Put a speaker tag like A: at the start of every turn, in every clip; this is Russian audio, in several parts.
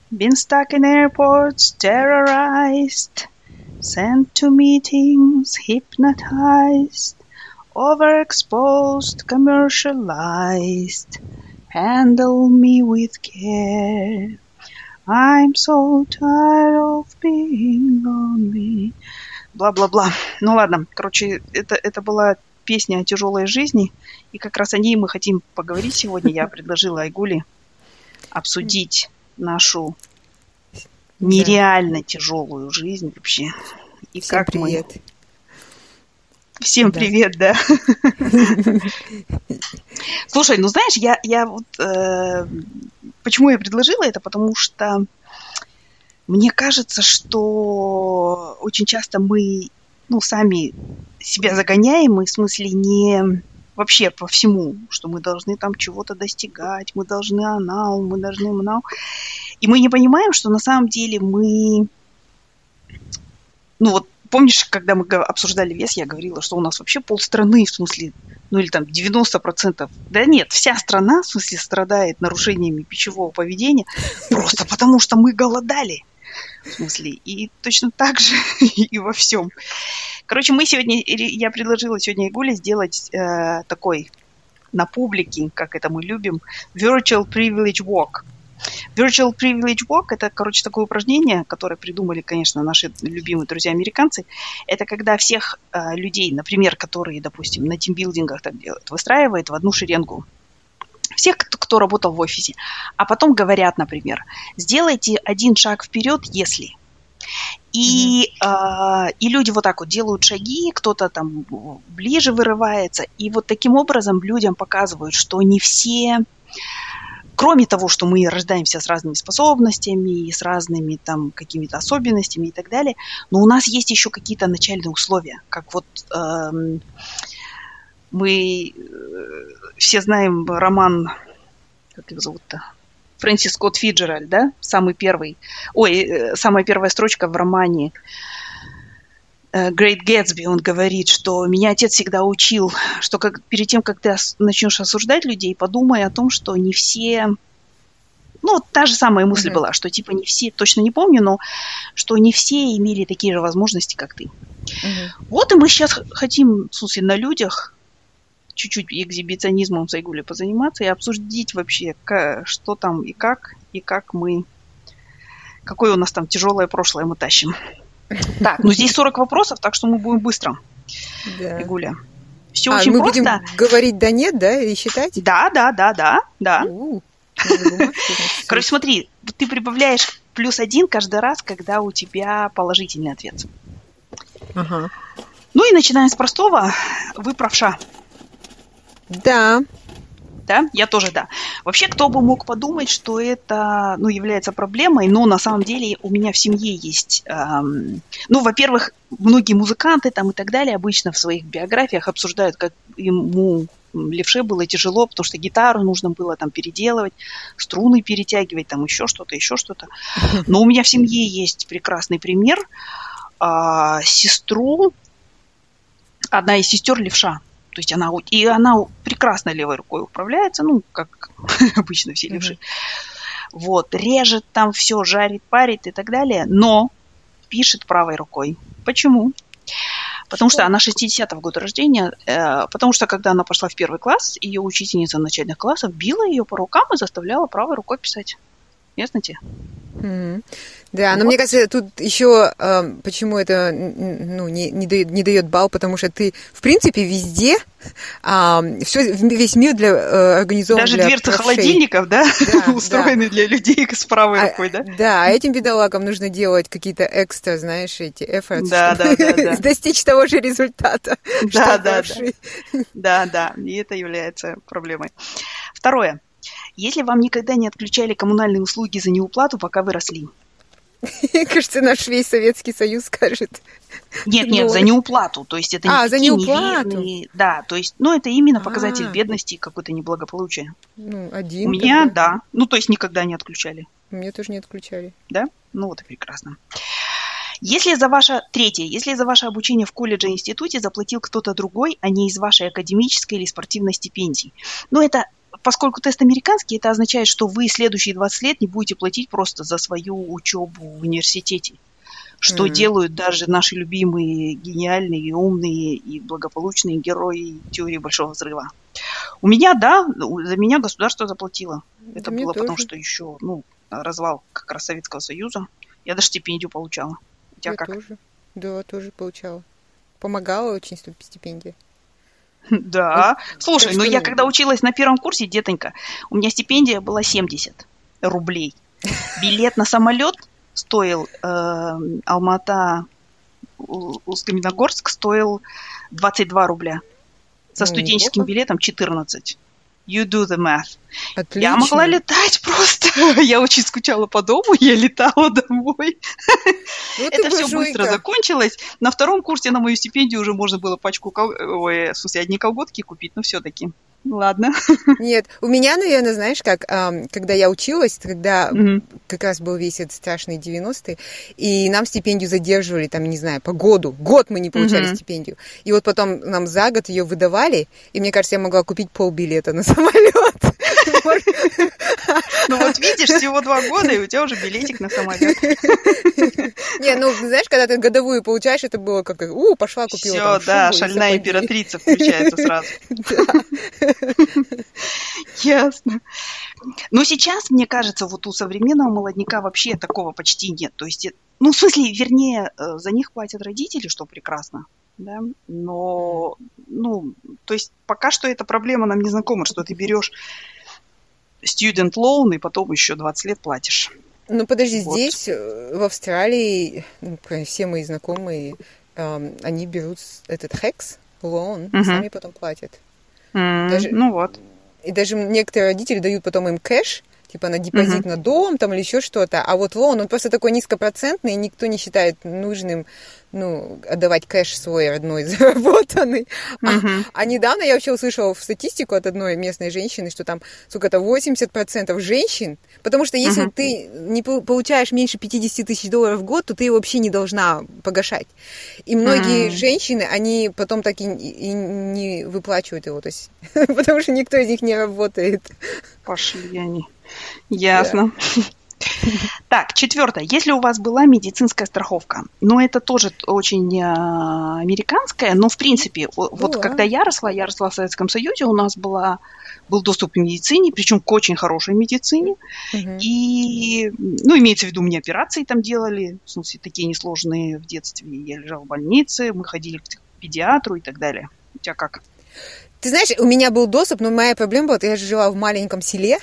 A: Been stuck in airports, terrorized, sent to meetings, hypnotized, overexposed, commercialized. Handle me with care. I'm so tired of being lonely. Бла-бла-бла. Ну ладно, короче, это была песня о тяжелой жизни, и как раз о ней мы хотим поговорить сегодня. Я предложила Айгуле обсудить нашу нереально тяжелую жизнь вообще. И
B: всем
A: как
B: привет.
A: Мы... Всем привет, да. Слушай, ну знаешь, я вот... Почему я предложила это? Потому что мне кажется, что очень часто мы, сами себя загоняем, мы в смысле не вообще по всему, что мы должны там чего-то достигать, мы должны анал, мы должны мнау. И мы не понимаем, что на самом деле мы... Ну вот помнишь, когда мы обсуждали вес, я говорила, что у нас вообще полстраны, в смысле, или там 90%, да нет, вся страна, в смысле, страдает нарушениями пищевого поведения просто потому, что мы голодали. В смысле, и точно так же и во всем. Короче, я предложила сегодня Айгуле сделать такой на публике, как это мы любим, Virtual Privilege Walk. Virtual Privilege Walk – это, короче, такое упражнение, которое придумали, конечно, наши любимые друзья-американцы. Это когда всех людей, например, которые, допустим, на тимбилдингах так делают, выстраивают в одну шеренгу. Всех, кто работал в офисе. А потом говорят, например, сделайте один шаг вперед, если... И люди вот так вот делают шаги, кто-то там ближе вырывается. И вот таким образом людям показывают, что не все... Кроме того, что мы рождаемся с разными способностями и с разными там какими-то особенностями и так далее, но у нас есть еще какие-то начальные условия. Как вот мы все знаем роман, как его зовут-то? Фрэнсис Скотт Фиджеральд, да? Самая первая строчка в романе Great Gatsby, он говорит, что меня отец всегда учил, что перед тем, как ты начнешь осуждать людей, подумай о том, что не все... та же самая мысль была, что типа не все, точно не помню, но что не все имели такие же возможности, как ты. Вот и мы сейчас хотим, в смысле, на людях чуть-чуть экзибиционизмом с Айгулей позаниматься и обсудить вообще, что там и как мы... Какое у нас там тяжелое прошлое мы тащим. Так, здесь 40 вопросов, так что мы будем быстро. Да. Игуля. Все очень
B: мы
A: просто.
B: Будем говорить да-нет, да, и считать?
A: Да. Короче, смотри, ты прибавляешь +1 каждый раз, когда у тебя положительный ответ.
B: Ага.
A: И начинаем с простого. Вы правша.
B: Да.
A: Да, я тоже да. Вообще, кто бы мог подумать, что это, является проблемой, но на самом деле у меня в семье есть, во-первых, многие музыканты там и так далее обычно в своих биографиях обсуждают, как ему, левше, было тяжело, потому что гитару нужно было там переделывать, струны перетягивать, там еще что-то. Но у меня в семье есть прекрасный пример. Одна из сестер левша. То есть она прекрасно левой рукой управляется, как обычно все левши. Вот, режет там все, жарит, парит и так далее, но пишет правой рукой. Почему? Потому что она 60-го года рождения, потому что когда она пошла в 1 класс, ее учительница начальных классов била ее по рукам и заставляла правой рукой писать. Ясно тебе?
B: Да, но мне кажется, тут еще почему это не дает балл, потому что ты, в принципе, везде, весь мир организован
A: даже
B: для
A: дверцы
B: правшей.
A: Холодильников, да? Устроены для людей с правой рукой, да?
B: Да, а этим бедолагам нужно делать какие-то экстра, знаешь, эти efforts,
A: чтобы
B: достичь того же результата.
A: Да, и это является проблемой. Второе. Если вам никогда не отключали коммунальные услуги за неуплату, пока вы росли?
B: Кажется, наш весь Советский Союз скажет.
A: Нет, за неуплату. То есть это не
B: за неуплату.
A: Неверные... Да, то есть, это именно показатель бедности и какое-то неблагополучие.
B: Один.
A: У меня, да. То есть никогда не отключали.
B: У меня тоже не отключали.
A: Да? Вот и прекрасно. Если за ваше обучение в колледже и институте заплатил кто-то другой, а не из вашей академической или спортивной стипендии. Это поскольку тест американский, это означает, что вы следующие 20 лет не будете платить просто за свою учебу в университете. Что делают даже наши любимые, гениальные, умные и благополучные герои теории Большого Взрыва. У меня, да, за меня государство заплатило. Это было потому, что еще, развал как раз Советского Союза. Я даже стипендию получала. У тебя как?
B: Тоже. Да, тоже получала. Помогала очень стипендия.
A: Да. Слушай, я когда училась на первом курсе, детонька, у меня стипендия была 70 рублей. Билет на самолет стоил Алмата-Усть-Каменогорск стоил 22 рубля. Со студенческим билетом 14. You do the math.
B: Отлично.
A: Я могла летать просто. Я очень скучала по дому, я летала домой. Это все быстро закончилось. На втором курсе на мою стипендию уже можно было одни колготки купить, но все-таки. Ладно.
B: Нет, у меня, наверное, знаешь как, когда я училась, когда как раз был весь этот страшный 90-е, и нам стипендию задерживали, там, не знаю, по году. Год мы не получали стипендию. И вот потом нам за год ее выдавали, и мне кажется, я могла купить полбилета на самолет.
A: Ну вот видишь, всего 2 года, и у тебя уже билетик на самолет.
B: Не, знаешь, когда ты годовую получаешь, это было как-то, пошла, купила там шубу.
A: Все, да, шальная императрица включается сразу. Ясно. Но сейчас, мне кажется, вот у современного молодняка вообще такого почти нет. То есть, в смысле, вернее, за них платят родители, что прекрасно. Да? Но, то есть, пока что эта проблема нам не знакома, что ты берешь student loan и потом еще 20 лет платишь.
B: Ну, подожди, вот. Здесь, в Австралии, все мои знакомые, они берут этот HECS loan, сами потом платят.
A: Даже, вот.
B: И даже некоторые родители дают потом им кэш, типа на депозит на дом там или еще что-то. А вот лоун, он просто такой низкопроцентный, и никто не считает нужным, отдавать кэш свой родной заработанный. А недавно я вообще услышала статистику от одной местной женщины, что там, сколько-то 80% женщин, потому что если ты не получаешь меньше 50 тысяч долларов в год, то ты его вообще не должна погашать. И многие женщины, они потом так и не выплачивают его, то есть, потому что никто из них не работает.
A: Пошли они. Ясно. Да. Так, 4. Если у вас была медицинская страховка, это тоже очень американская, но в принципе, вот когда я росла в Советском Союзе, у нас был доступ к медицине, причем к очень хорошей медицине. И, имеется в виду, мне операции там делали, в смысле, такие несложные в детстве. Я лежала в больнице, мы ходили к педиатру и так далее. У тебя как?
B: Ты знаешь, у меня был доступ, но моя проблема была, я же жила в маленьком селе,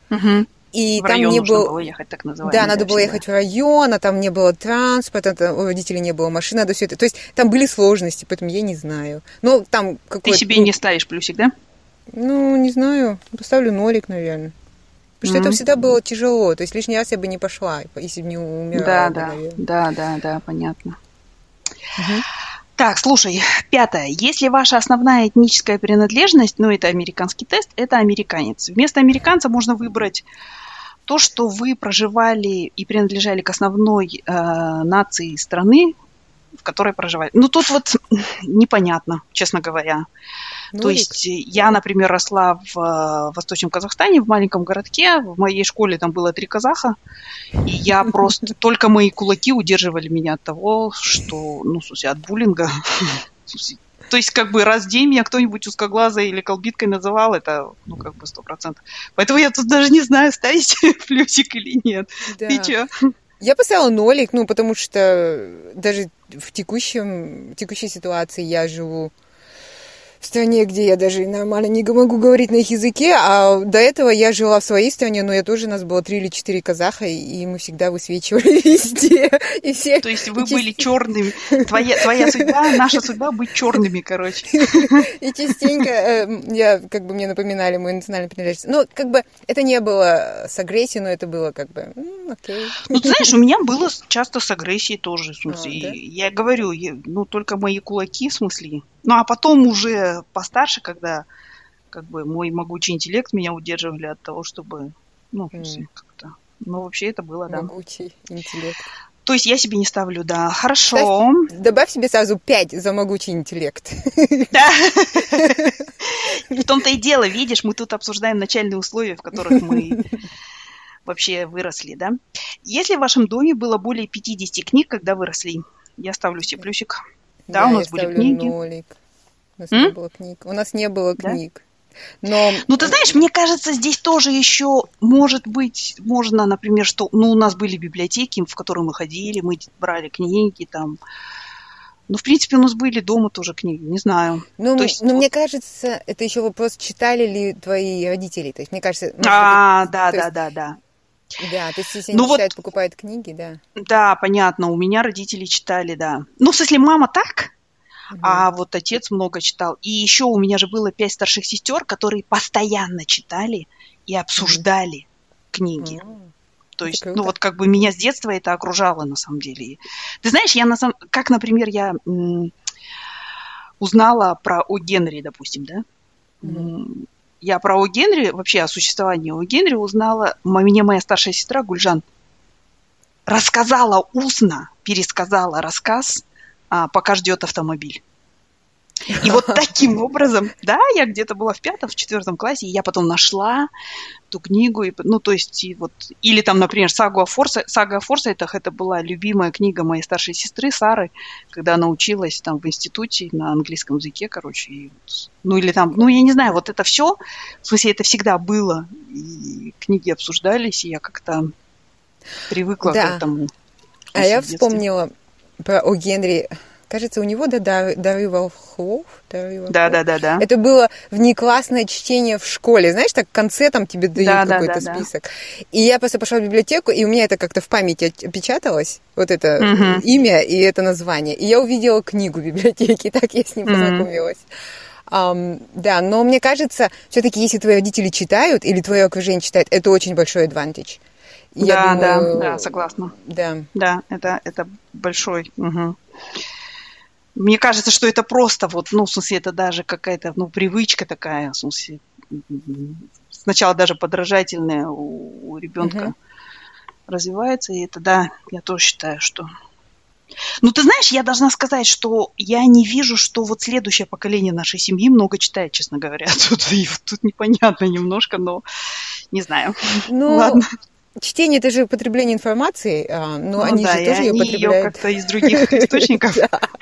B: и
A: в
B: там
A: район
B: не
A: нужно
B: было
A: ехать, так называемый.
B: Да, надо было ехать в район, а там не было транспорта, у родителей не было машины, надо все это. То есть там были сложности, поэтому я не знаю. Но там
A: какой-то... Ты себе не ставишь плюсик, да?
B: Не знаю. Поставлю 0, наверное. Потому что это всегда было тяжело. То есть лишний раз я бы не пошла, если бы не умирала.
A: Да, понятно. Так, слушай, 5. Если ваша основная этническая принадлежность, это американский тест, это американец. Вместо американца можно выбрать то, что вы проживали и принадлежали к основной нации страны, в которой проживали. Тут вот непонятно, честно говоря. То есть я, например, росла в Восточном Казахстане, в маленьком городке. В моей школе там было 3 казаха. И я просто... Только мои кулаки удерживали меня от того, что... в смысле, от буллинга. То есть, раз в день меня кто-нибудь узкоглазой или колбиткой называл, это, 100%. Поэтому я тут даже не знаю, ставить плюсик или нет. Да. Ты чё?
B: Я поставила 0, потому что даже в текущей ситуации я живу в стране, где я даже нормально не могу говорить на их языке, а до этого я жила в своей стране, но у нас было 3 или 4 казаха, и мы всегда высвечивали везде. И все...
A: То есть вы были черными. Твоя судьба, наша судьба быть черными, короче.
B: И частенько мне напоминали мою национальную принадлежность. Это не было с агрессией, но это было окей.
A: Ты знаешь, у меня было часто с агрессией тоже, в смысле. Да? Я говорю, только мои кулаки, в смысле. А потом уже постарше, когда мой могучий интеллект меня удерживали от того, чтобы, как-то. Но вообще это было, да.
B: Могучий интеллект.
A: То есть я себе не ставлю, да. Хорошо.
B: Ставь, добавь себе сразу 5 за могучий интеллект.
A: Да. В том-то и дело, видишь, мы тут обсуждаем начальные условия, в которых мы вообще выросли, да. Если в вашем доме было более 50 книг, когда выросли, я ставлю себе плюсик. Да, у нас были книги.
B: Нолик. У нас не было книг. У нас не было книг. Но...
A: Ну, ты знаешь, мне кажется, здесь тоже еще, может быть, можно, например, что... Ну, у нас были библиотеки, в которые мы ходили, мы брали книги там. Ну, в принципе, у нас были дома тоже книги, не знаю.
B: Ну, мне кажется, это еще вопрос, читали ли твои родители. То есть, мне кажется...
A: Да.
B: Да, то есть, если они читают, покупают книги, да.
A: Да, понятно, у меня родители читали, да. Ну, в смысле, мама так, а вот отец много читал. И еще у меня же было 5 старших сестер, которые постоянно читали и обсуждали книги. То есть, ну, вот как бы меня с детства это окружало, на самом деле. Ты знаешь, как, например, я узнала про О. Генри, допустим, да? Я про О. Генри, вообще о существовании О. Генри узнала, мне моя старшая сестра Гульжан рассказала устно, пересказала рассказ «Пока ждет автомобиль». И вот таким образом, да, я где-то была в 5-м, в 4 классе, и я потом нашла ту книгу, ну, то есть, и вот, или там, например, «Сага о Форсайтах», это была любимая книга моей старшей сестры Сары, когда она училась там в институте на английском языке, короче, и, ну, или там, ну, я не знаю, вот это все, в смысле, это всегда было, и книги обсуждались, и я как-то привыкла к этому.
B: А я вспомнила про О. Генри. Кажется, у него, «Дары волхвов». Да. Это было внеклассное чтение в школе. Знаешь, так в конце там тебе дают какой-то список. И я просто пошла в библиотеку, и у меня это как-то в памяти отпечаталось, вот это имя и это название. И я увидела книгу в библиотеке, и так я с ним познакомилась. Да, но мне кажется, все-таки если твои родители читают, или твое окружение читает, это очень большой адвантаж.
A: Да, согласна.
B: Да,
A: это большой... Мне кажется, что это просто вот, ну, в смысле, это даже какая-то, ну, привычка такая, в смысле, сначала даже подражательная у ребенка развивается, и это, да, я тоже считаю, что... Ну, ты знаешь, я должна сказать, что я не вижу, что вот следующее поколение нашей семьи много читает, честно говоря. Тут непонятно немножко, но не знаю.
B: Ну, ладно. Чтение – это же потребление информации, но они же тоже ее потребляют.
A: Ее как-то из других источников.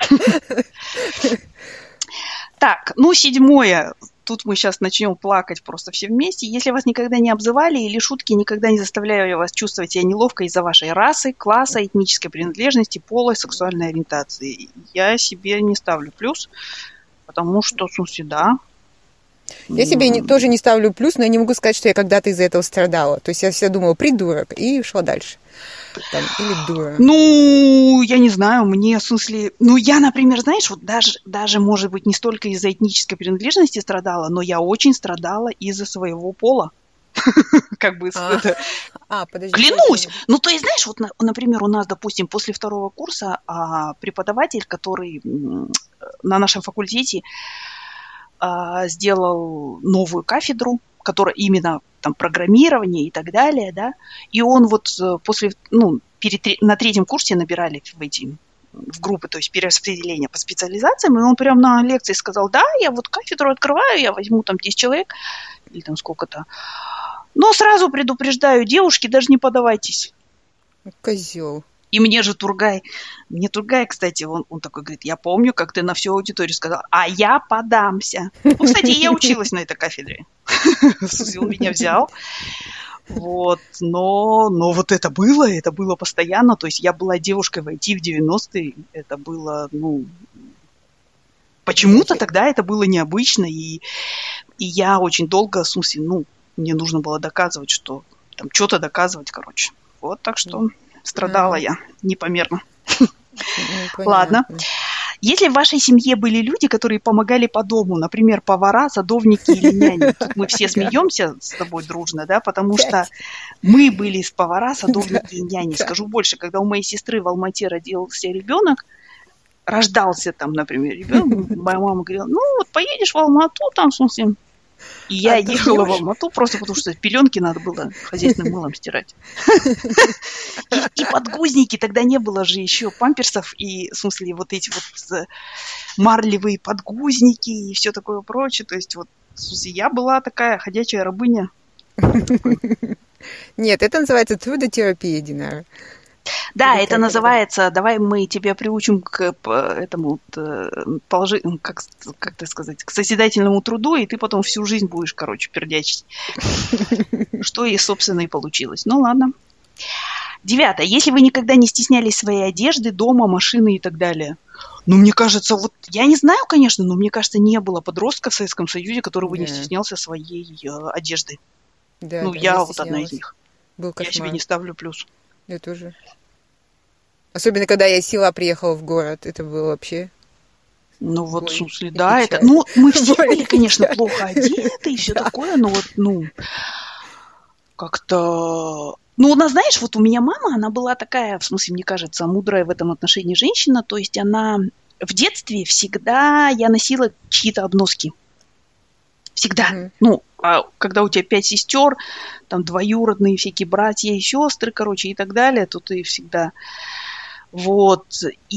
A: Так, ну, 7. Тут мы сейчас начнем плакать просто все вместе. Если вас никогда не обзывали или шутки никогда не заставляли вас чувствовать себя неловко из-за вашей расы, класса, этнической принадлежности, пола, сексуальной ориентации, я себе не ставлю плюс, потому что, в смысле, да.
B: Я себе тоже не ставлю плюс, но я не могу сказать, что я когда-то из-за этого страдала. То есть я всегда думала, придурок, и шла дальше. Или дура.
A: Ну, я не знаю, мне, в смысле... Ну, я, например, знаешь, вот даже, может быть, не столько из-за этнической принадлежности страдала, но я очень страдала из-за своего пола. Как бы это... Клянусь! Ну, то есть, знаешь, вот, например, у нас, допустим, после 2 курса преподаватель, который на нашем факультете сделал новую кафедру, которая именно там программирование и так далее, да, и он вот после, ну, на 3 курсе набирали в группы, то есть перераспределение по специализациям, и он прямо на лекции сказал, да, я вот кафедру открываю, я возьму там 10 человек, или там сколько-то, но сразу предупреждаю, девушки, даже не подавайтесь.
B: Козел.
A: И мне Тургай, кстати, он такой говорит, я помню, как ты на всю аудиторию сказал, а я подамся. Ну, кстати, я училась на этой кафедре. Он меня взял. Вот, но вот это было постоянно. То есть я была девушкой в IT в 90-е. Это было, ну, почему-то тогда это было необычно. И я очень долго, в смысле, ну, мне нужно было доказывать, что там что-то доказывать, короче. Вот, так что... Страдала я непомерно. Ладно. Если в вашей семье были люди, которые помогали по дому, например, повара, садовники или няни, тут мы все смеемся с тобой дружно, да, потому что мы были повара, садовники и няни. Скажу больше, когда у моей сестры в Алмате рождался там, например, ребенок, моя мама говорила, ну вот поедешь в Алмату, там, в смысле, И я
B: ты
A: ехала в
B: понимаешь?
A: Алмату просто потому, что пеленки надо было хозяйственным мылом стирать. И подгузники, тогда не было же еще памперсов, и, в смысле, вот эти вот марлевые подгузники и все такое прочее. То есть вот, в смысле, я была такая ходячая рабыня.
B: Нет, это называется трудотерапия, Динара.
A: Да, это называется, давай мы тебя приучим к этому, как это сказать, к созидательному труду, и ты потом всю жизнь будешь, короче, пердячить. Что и, собственно, и получилось. Ну, ладно. 9. Если вы никогда не стеснялись своей одежды, дома, машины и так далее. Ну, мне кажется, вот, я не знаю, конечно, но мне кажется, не было подростка в Советском Союзе, который бы не стеснялся своей одежды.
B: Да,
A: ну,
B: да,
A: я вот одна из них.
B: Был кошмар.
A: Я себе не ставлю плюс.
B: Я тоже. Особенно, когда я с села приехала в город. Это было вообще...
A: Ну, вот, в смысле, да, это... Ну, мы все были, конечно, плохо одеты и все такое, но вот, как-то... Ну, у нас, знаешь, вот у меня мама, она была такая, в смысле, мне кажется, мудрая в этом отношении женщина, то есть она в детстве всегда я носила чьи-то обноски. Всегда.
B: Мгм.
A: Ну, а когда у тебя 5 сестер, там двоюродные всякие братья и сестры, короче, и так далее, то ты всегда... Вот.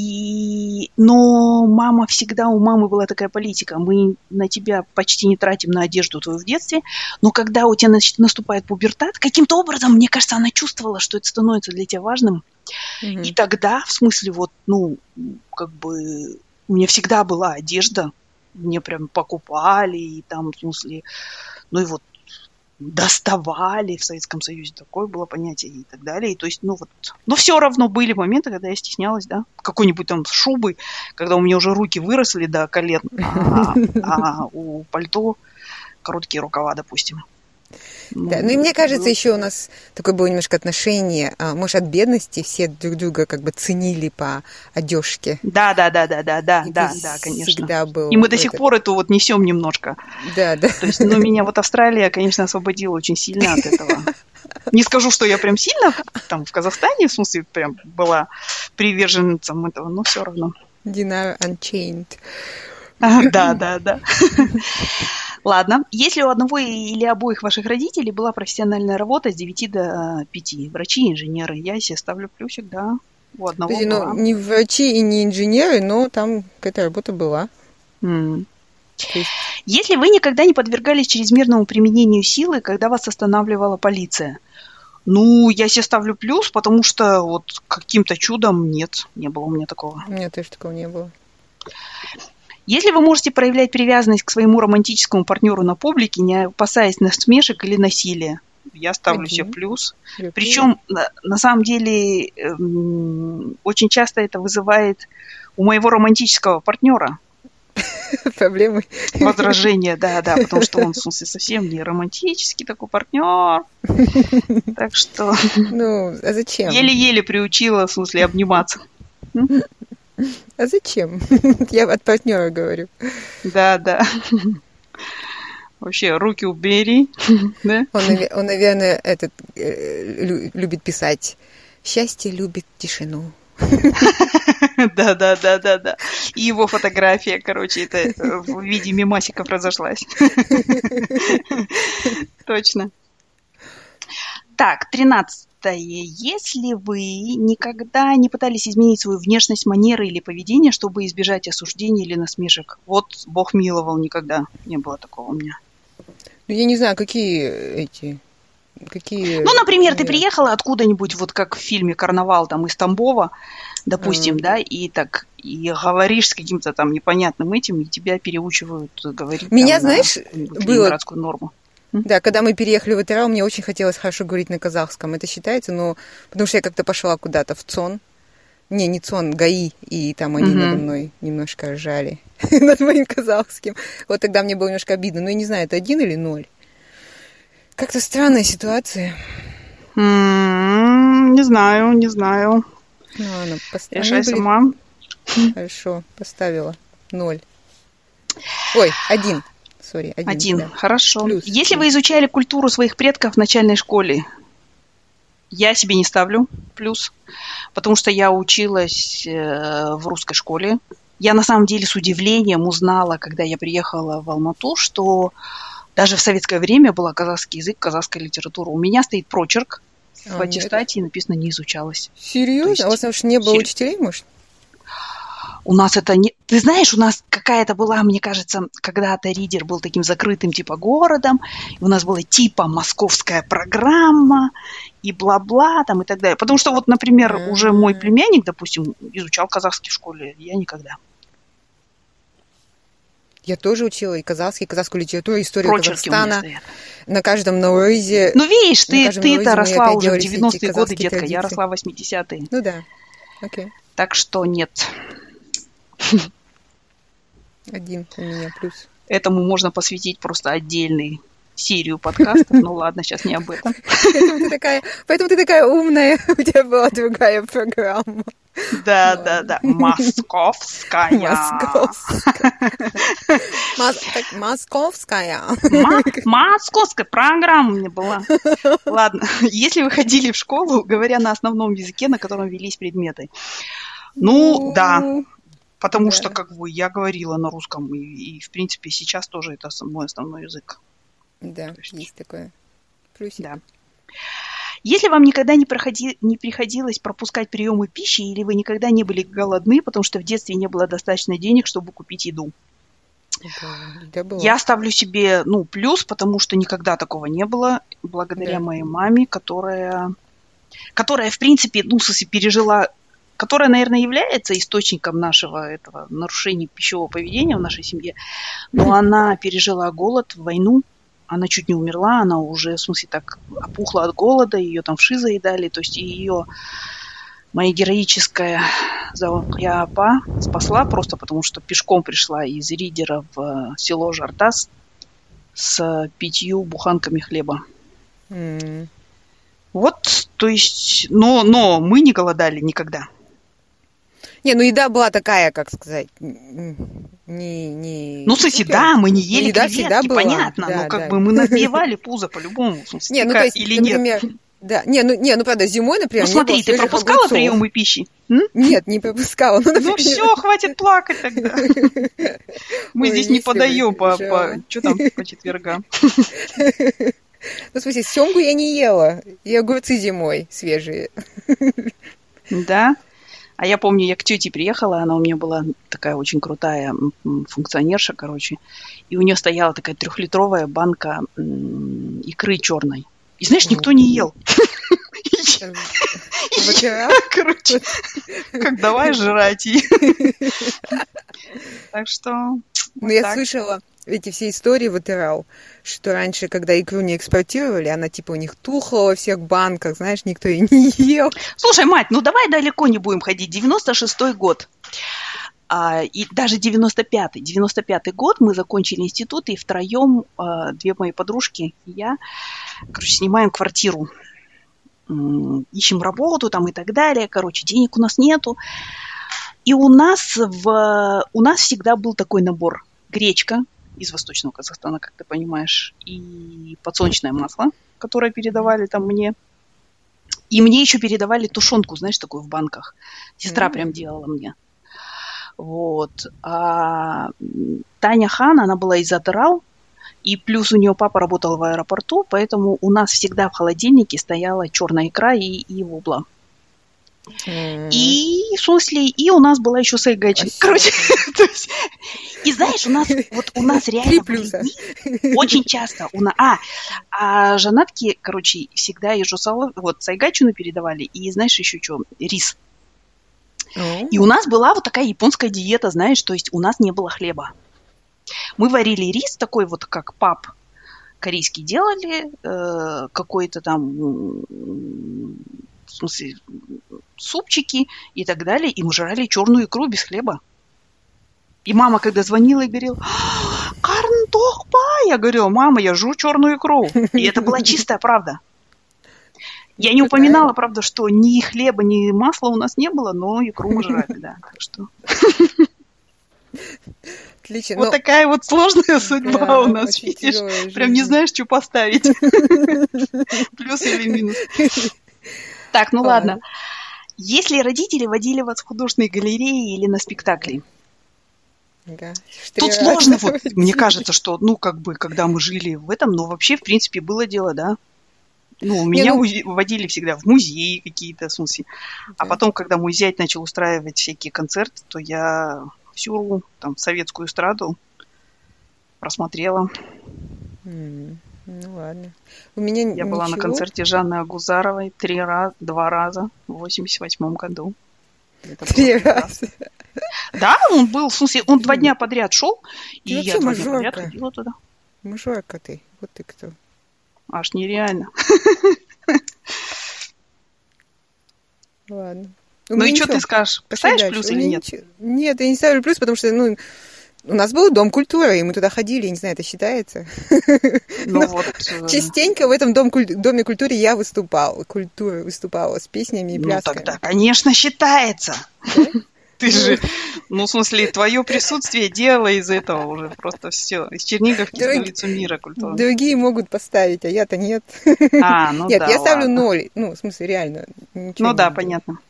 A: Но мама всегда, у мамы была такая политика. Мы на тебя почти не тратим на одежду твою в детстве, но когда у тебя наступает пубертат, каким-то образом, мне кажется, она чувствовала, что это становится для тебя важным.
B: Мгм.
A: И тогда, в смысле, вот, как бы, у меня всегда была одежда, мне прям покупали, и там, в смысле, ну и вот доставали в Советском Союзе, такое было понятие и так далее. И то есть, но все равно были моменты, когда я стеснялась, да, какой-нибудь там шубы, когда у меня уже руки выросли до колен, а у пальто короткие рукава, допустим.
B: Да, ну и мне кажется, еще у нас такое было немножко отношение, может, от бедности все друг друга как бы ценили по одежке.
A: Да,
B: Это
A: конечно.
B: всегда был
A: И мы до сих
B: этот-
A: пор это вот несем немножко.
B: Да, да.
A: То есть, меня вот Австралия, конечно, освободила очень сильно от этого. Не скажу, что я прям сильно там в Казахстане, в смысле, прям была приверженцем этого, но все равно.
B: Динара Unchained.
A: Да. Ладно. Если у одного или обоих ваших родителей была профессиональная работа с 9 до 5, врачи, инженеры, я себе ставлю плюсик, да. У одного
B: Подожди,
A: была.
B: не врачи и не инженеры, но там какая-то работа была.
A: М.
B: То есть,
A: Если вы никогда не подвергались чрезмерному применению силы, когда вас останавливала полиция? Ну, я себе ставлю плюс, потому что вот каким-то чудом нет, не было у меня такого.
B: у меня тоже такого не было.
A: Если вы можете проявлять привязанность к своему романтическому партнеру на публике, не опасаясь насмешек или насилия, я ставлю себе
B: Один.
A: плюс.
B: Я
A: Причем, на самом деле, очень часто это вызывает у моего романтического партнера
B: тоже. Проблемы.
A: возражение, да, потому что он, в смысле, совсем не романтический такой партнер. Так что
B: Ну, а зачем?
A: еле-еле приучила, в смысле, обниматься.
B: А зачем? Я от партнера говорю.
A: Да. Вообще, руки убери. Да?
B: Он, наверное, любит писать. Счастье любит тишину.
A: Да. И его фотография, короче, это в виде мемасиков разошлась. Точно. Так, 13. Если вы никогда не пытались изменить свою внешность, манеры или поведение, чтобы избежать осуждения или насмешек, вот Бог миловал, никогда не было такого у меня.
B: Ну, я не знаю, какие...
A: Ну, например, ты приехала откуда-нибудь, вот как в фильме «Карнавал» там из Тамбова, допустим, да, и говоришь с каким-то там непонятным этим, и тебя переучивают говорить
B: Меня,
A: там,
B: знаешь,
A: на какую-нибудь
B: было...
A: ленинградскую норму.
B: Да, когда мы переехали в Атырау, мне очень хотелось хорошо говорить на казахском. Это считается, но потому что я как-то пошла куда-то в ЦОН. Не ЦОН, ГАИ, и там они надо мной немножко ржали над моим казахским. Вот тогда мне было немножко обидно. Но я не знаю, это 1 или 0. Как-то странная ситуация.
A: Не знаю.
B: Ну, ладно,
A: Решай сама.
B: Хорошо, поставила 0. Ой, 1. Сори,
A: 1.
B: Да.
A: Хорошо.
B: Плюс.
A: Если вы изучали культуру своих предков в начальной школе, я себе не ставлю плюс, потому что я училась в русской школе. Я на самом деле с удивлением узнала, когда я приехала в Алмату, что Даже в советское время был казахский язык, казахская литература. У меня стоит прочерк в аттестате, и написано «не изучалось».
B: Серьезно?
A: есть,
B: у вас уж не было учителей, может?
A: У нас это не... Ты знаешь, у нас какая-то была, мне кажется, когда-то Ридер был таким закрытым типа городом, и у нас была типа московская программа, и бла-бла там и так далее. Потому что вот, например, уже мой племянник, допустим, изучал казахский в школе, я никогда.
B: Я тоже учила и казахскую литературу, историю
A: Прочерки
B: Казахстана. На каждом Наурузе.
A: Ну, видишь, ты-то росла уже в 90-е годы, детка. Традиции. Я росла в 80-е.
B: Ну да, окей.
A: Так что нет.
B: Один у меня плюс.
A: Этому можно посвятить просто отдельную серию подкастов. Ну ладно, сейчас не об этом.
B: Поэтому ты такая умная. У тебя была другая программа.
A: Да. Московская.
B: Московская.
A: Московская программа у меня была. Ладно, если вы ходили в школу, говоря на основном языке, на котором велись предметы. Ну, да. Потому что, как бы, я говорила на русском, и в принципе, сейчас тоже это мой основной язык.
B: Да, есть такое. Плюсик.
A: Да. Если вам никогда не приходилось пропускать приемы пищи, или вы никогда не были голодны, потому что в детстве не было достаточно денег, чтобы купить еду. Я ставлю себе, плюс, потому что никогда такого не было, благодаря моей маме, которая, в принципе, в смысле, пережила... которая, наверное, является источником нашего этого нарушения пищевого поведения в нашей семье, но она пережила голод, войну, она чуть не умерла, она уже, в смысле, так опухла от голода, ее там вши заедали, то есть ее моя героическая апа спасла просто потому, что пешком пришла из Ридера в село Жартас с 5 буханками хлеба. Вот, то есть, но мы не голодали никогда.
B: Не, еда была такая, как сказать,
A: в смысле, да, мы не ели креветки, понятно, но как бы мы набивали пузо по-любому, в смысле,
B: то есть,
A: или
B: например, нет. Да, правда, зимой, например,
A: смотри, ты пропускала приемы пищи?
B: Нет, не пропускала.
A: Все, хватит плакать тогда. Мы здесь не подаем что там по четвергам.
B: В смысле, семгу я не ела, и огурцы зимой свежие.
A: Да? А я помню, я к тете приехала, она у меня была такая очень крутая функционерша, и у нее стояла такая 3-литровая банка икры черной. И знаешь, никто не ел. Как давай жрать. Так что...
B: я слышала эти все истории в ИТРАУ, что раньше, когда икру не экспортировали, она типа у них тухла во всех банках, знаешь, никто ее не ел.
A: Слушай, мать, давай далеко не будем ходить. 96-й год. И даже 95-й год мы закончили институт, и втроем, 2 мои подружки и я, снимаем квартиру. Ищем работу там и так далее. Денег у нас нету. И у нас всегда был такой набор. Гречка из Восточного Казахстана, как ты понимаешь, и подсолнечное масло, которое передавали там мне. И мне еще передавали тушенку, знаешь, такую в банках. Сестра прям делала мне. Вот. А Таня Хан, она была из Атырау, и плюс у нее папа работал в аэропорту, поэтому у нас всегда в холодильнике стояла черная икра и вобла. И, в смысле, и у нас была еще сайгачи. И знаешь, у нас реально очень часто. А жанатки, всегда езжу сайгачину передавали, и знаешь еще что, рис. И у нас была вот такая японская диета, знаешь, то есть у нас не было хлеба. Мы варили рис такой вот, как пап корейский делали, какой-то там, в смысле, супчики и так далее, и мы жрали черную икру без хлеба. И мама, когда звонила и говорила, карн-тохпа, я говорила, мама, я жру черную икру. И это была чистая правда. Я не упоминала, правда, что ни хлеба, ни масла у нас не было, но икру мы жрали, да. Так что...
B: Отлично.
A: Вот такая вот сложная судьба у нас, видишь? Прям не знаешь, что поставить. Плюс или минус. Так, ладно. Если родители водили вас в художественные галереи или на спектакли?
B: Да.
A: Тут сложно, вот, мне кажется, что, ну, как бы, когда мы жили в этом, ну, вообще, в принципе, было дело, да. Ну, меня водили всегда в музеи какие-то, в смысле. А потом, когда мой зять начал устраивать всякие концерты, то я всю там советскую эстраду просмотрела.
B: Ну, ладно. У меня
A: Я была на концерте Жанны Агузаровой 2 раза в 88 году.
B: 3 раза?
A: Да, он был, в смысле, он 2 дня подряд шел, и я 2 дня подряд
B: мажорка.
A: ходила туда.
B: Мажорка ты, вот ты кто.
A: Аж нереально.
B: Ладно.
A: Ну и что ты скажешь? Ставишь плюс или нет?
B: Нет, я не ставлю плюс, потому что, ну, у нас был Дом культуры, и мы туда ходили, я не знаю, это считается?
A: Ну вот.
B: Частенько в этом Доме культуры я выступала с песнями и плясками.
A: Ну тогда, конечно, считается. Ты же, ну, в смысле, твое присутствие делало из этого уже просто все. Из Черниговки в столицу мира культуры.
B: Другие могут поставить, а я-то нет.
A: Ну
B: нет,
A: да,
B: я ставлю 0. Ну, в смысле, реально.
A: Ну да, понятно.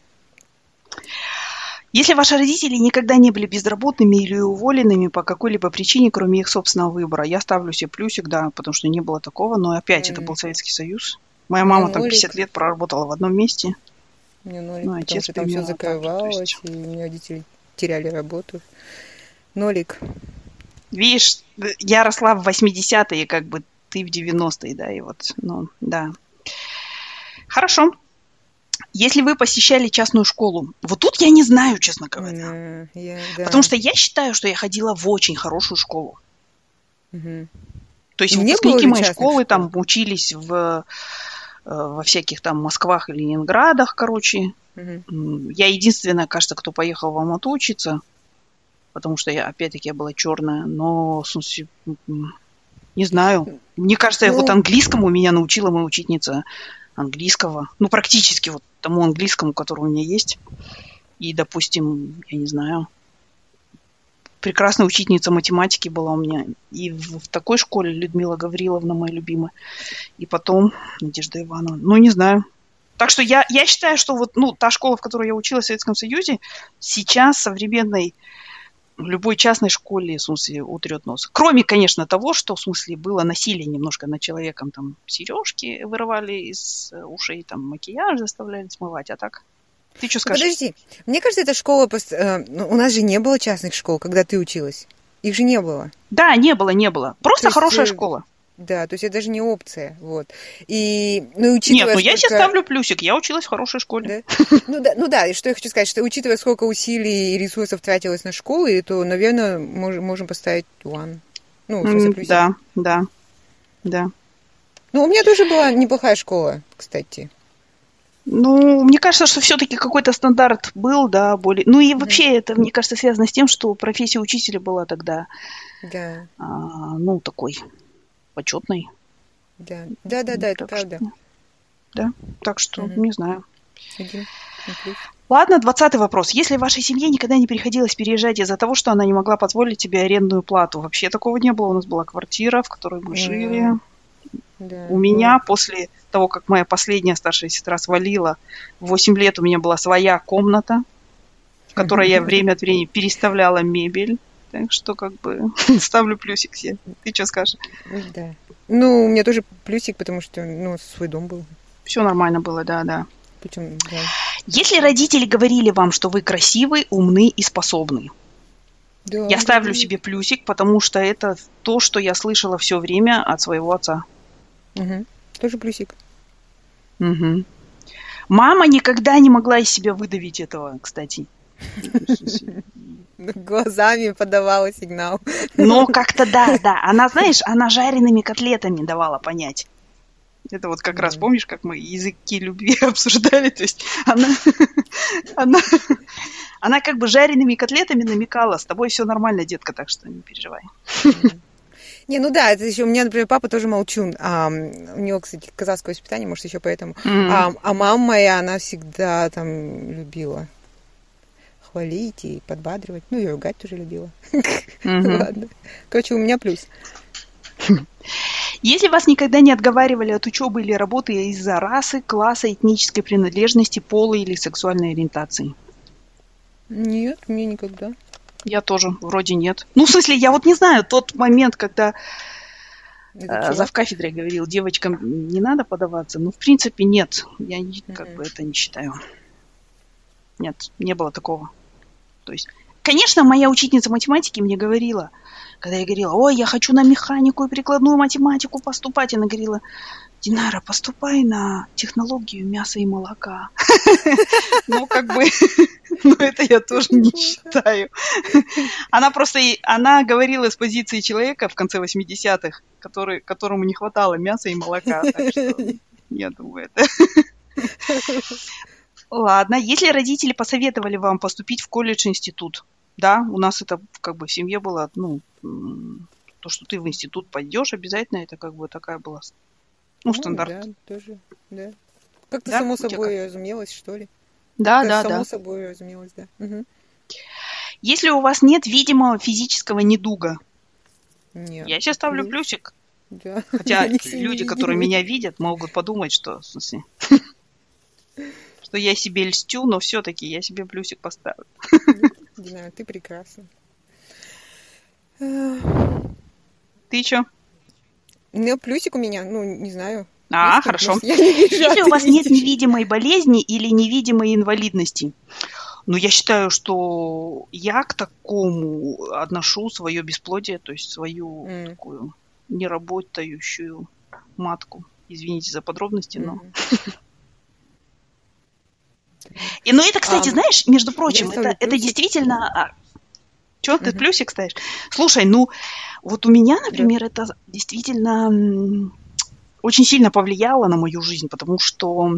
A: Если ваши родители никогда не были безработными или уволенными по какой-либо причине, кроме их собственного выбора, я ставлю себе плюсик, да, потому что не было такого, но опять это был Советский Союз. Моя мама там 50 лет проработала в одном месте.
B: У меня 0, потому что там все закрывалось, и у меня родители теряли работу. 0.
A: Видишь, я росла в 80-е, как бы ты в 90-е, да, и вот, ну, да. Хорошо. Если вы посещали частную школу, вот тут я не знаю, честно говоря. Потому что я считаю, что я ходила в очень хорошую школу. То есть выпускники моей школы там учились во всяких там Москвах и Ленинградах, короче. Я единственная, кажется, кто поехал в Алмату учиться, потому что я, опять-таки, я была черная, но, в смысле, не знаю. Мне кажется, вот английскому меня научила моя учительница английского, ну, практически вот тому английскому, который у меня есть. И, допустим, я не знаю, прекрасная учительница математики была у меня. И в такой школе Людмила Гавриловна, моя любимая. И потом Надежда Ивановна. Ну, не знаю. Так что я считаю, что вот, ну, та школа, в которой я училась в Советском Союзе, сейчас современной любой частной школе, в смысле, утрет нос. Кроме, конечно, того, что, в смысле, было насилие немножко над человеком. Там сережки вырывали из ушей, там макияж заставляли смывать. А так? Ты что скажешь?
B: Подожди. Мне кажется, эта школа... У нас же не было частных школ, когда ты училась. Их же не было.
A: Да, не было. Просто хорошая школа.
B: Да, то есть это даже не опция, вот. И, ну, учитывая,
A: нет, я себе ставлю плюсик, я училась в хорошей школе.
B: Да? Ну да, и что я хочу сказать, что учитывая, сколько усилий и ресурсов тратилось на школы, то, наверное, можем поставить 1. Ну, в смысле, плюсик.
A: Да.
B: Ну, у меня тоже была неплохая школа, кстати.
A: Ну, мне кажется, что все-таки какой-то стандарт был, да, более... Ну и вообще это, мне кажется, связано с тем, что профессия учителя была тогда, ну, такой... почетный.
B: Да, это правда.
A: Да, так что, не знаю. Ладно, 20-й вопрос. Если вашей семье никогда не приходилось переезжать из-за того, что она не могла позволить себе арендную плату, вообще такого не было. У нас была квартира, в которой мы жили. У меня после того, как моя последняя старшая сестра свалила, в 8 лет у меня была своя комната, в которой я время от времени переставляла мебель. Так что, как бы, ставлю плюсик себе. Ты что скажешь?
B: Да. Ну, у меня тоже плюсик, потому что, ну, свой дом был.
A: Все нормально было, да.
B: Причем, да.
A: Если родители говорили вам, что вы красивый, умный и способный, я ставлю себе плюсик, потому что это то, что я слышала все время от своего отца.
B: Тоже плюсик.
A: Мама никогда не могла из себя выдавить этого, кстати.
B: Глазами подавала сигнал.
A: Но как-то да. Она, знаешь, она жареными котлетами давала понять. Это вот как раз, помнишь, как мы языки любви обсуждали? То есть она как бы жареными котлетами намекала: с тобой все нормально, детка, так что не переживай.
B: Не, ну да, это еще у меня, например, папа тоже молчун. У него, кстати, казахское воспитание, может, еще поэтому. А мама моя, она всегда там любила хвалить и подбадривать. Ну, и ругать тоже любила. Ладно. Короче, у меня плюс.
A: Если вас никогда не отговаривали от учебы или работы из-за расы, класса, этнической принадлежности, пола или сексуальной ориентации?
B: Нет, мне никогда.
A: Я тоже, вроде нет. Ну, в смысле, я вот не знаю, тот момент, когда завкафедрой говорил, девочкам не надо подаваться, ну, в принципе, нет. Я как бы это не считаю. Нет, не было такого. То есть, конечно, моя учительница математики мне говорила, когда я говорила, ой, я хочу на механику и прикладную математику поступать, она говорила, Динара, поступай на технологию мяса и молока. Ну, как бы, ну, это я тоже не считаю. Она просто, она говорила с позиции человека в конце 80-х, которому не хватало мяса и молока. Так что, я думаю, это... Ладно, если родители посоветовали вам поступить в колледж-институт, да, у нас это как бы в семье было, ну, то, что ты в институт пойдешь обязательно, это как бы такая была, ну, стандарт.
B: Да, тоже, да. Как-то само собой разумелось, что ли?
A: Да.
B: Само собой разумелось, да. Угу.
A: Если у вас нет видимого физического недуга,
B: нет.
A: Я сейчас ставлю плюсик.
B: Да.
A: Хотя люди, которые меня видят, могут подумать, что, в смысле, что я себе льстю, но все-таки я себе плюсик поставлю.
B: Дина, ты прекрасна.
A: Ты что?
B: Ну, плюсик у меня, ну, не знаю.
A: Хорошо. Если у вас нет невидимой болезни или невидимой инвалидности, ну, я считаю, что я к такому отношу свое бесплодие, то есть свою такую неработающую матку. Извините за подробности, но... И, ну, это, кстати, знаешь, между прочим, это действительно... Чё, ты плюсик ставишь? Слушай, ну, вот у меня, например, это действительно очень сильно повлияло на мою жизнь, потому что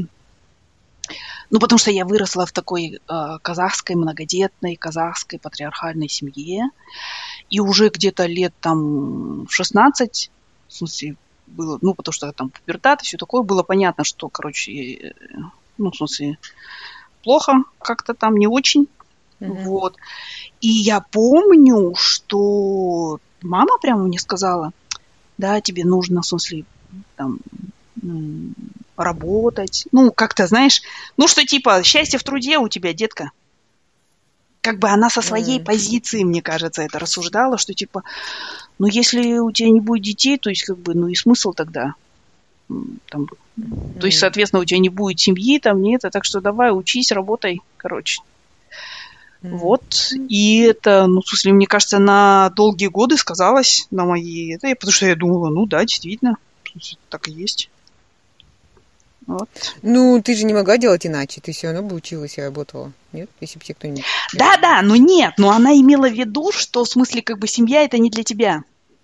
A: я выросла в такой казахской, многодетной, казахской патриархальной семье, и уже где-то лет там в 16, в смысле, было, ну, потому что там пубертат и все такое, было понятно, что, короче, ну, в смысле, плохо как-то там, не очень. Вот. И я помню, что мама прямо мне сказала, да, тебе нужно, в смысле, там, работать. Ну, как-то, знаешь, ну, что типа, счастье в труде у тебя, детка. Как бы она со своей позиции, мне кажется, это рассуждала, что типа, ну, если у тебя не будет детей, то есть, как бы, ну, и смысл тогда. Там, то есть, соответственно, у тебя не будет семьи, там, нет, так что давай, учись, работай, короче. Вот, и это, ну, в смысле, мне кажется, на долгие годы сказалось на мои, это, потому что я думала, ну, да, действительно, так и есть. Вот.
B: Ну, ты же не могла делать иначе, ты все равно бы училась и работала, нет? Если бы тебе кто-нибудь...
A: Да, но нет, но она имела в виду, что, в смысле, как бы, семья это не для тебя.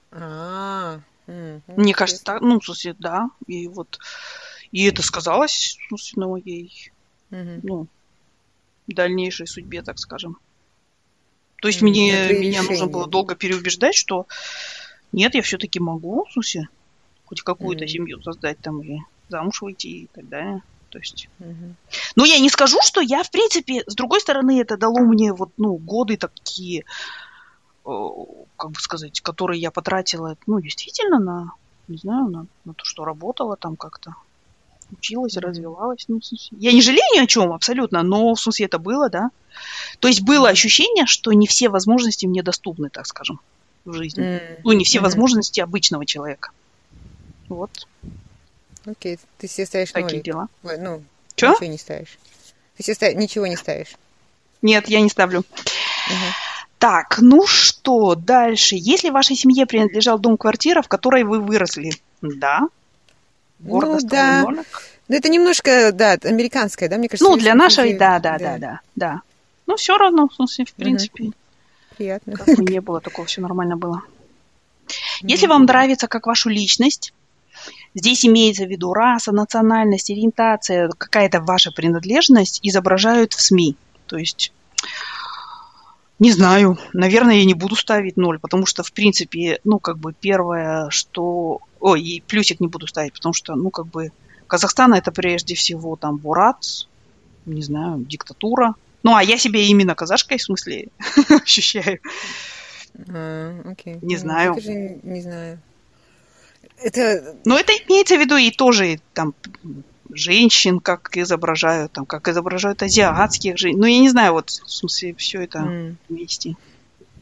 A: Мне кажется, так, ну, в смысле, да, и вот, и это сказалось, в смысле, на моей, ну, дальнейшей судьбе, так скажем. То есть меня нужно было долго переубеждать, что нет, я все-таки могу, в смысле, хоть какую-то семью создать там и замуж выйти и так далее. То есть... Но я не скажу, что я, в принципе, с другой стороны, это дало мне вот, ну, годы такие, как бы сказать, которые я потратила, ну, действительно, на, не знаю, на то, что работала там как-то. Училась, развивалась. Ну, в смысле, я не жалею ни о чем абсолютно, но в смысле это было, да. То есть было ощущение, что не все возможности мне доступны, так скажем, в жизни. Ну, не все возможности обычного человека. Вот.
B: Окей, ты себе ставишь
A: такие дела.
B: Ой, ну,
A: чё?
B: Ничего не ставишь. Ты себе ничего не ставишь.
A: Нет, я не ставлю. Так, ну что, дальше. Если вашей семье принадлежал дом-квартира, в которой вы выросли, да.
B: Ну, да. Ну, это немножко, да, американское, да, мне кажется.
A: Ну, для нашей, да. Ну, все равно, в смысле, в принципе.
B: Приятно.
A: Как бы не было такого, все нормально было. Если вам нравится как вашу личность, здесь имеется в виду раса, национальность, ориентация, какая-то ваша принадлежность изображают в СМИ. То есть, не знаю, наверное, я не буду ставить 0, потому что, в принципе, ну, как бы первое, что... Ой, и плюсик не буду ставить, потому что, ну, как бы, Казахстан это прежде всего там Бурат, не знаю, диктатура. Ну, а я себя именно казашкой, в смысле, ощущаю.
B: Окей.
A: Не знаю.
B: Это же не знаю. Это...
A: Но это имеется в виду и тоже там женщин, как изображают, там, как изображают азиатских женщин. Ну, я не знаю, вот, в смысле, все это вместе.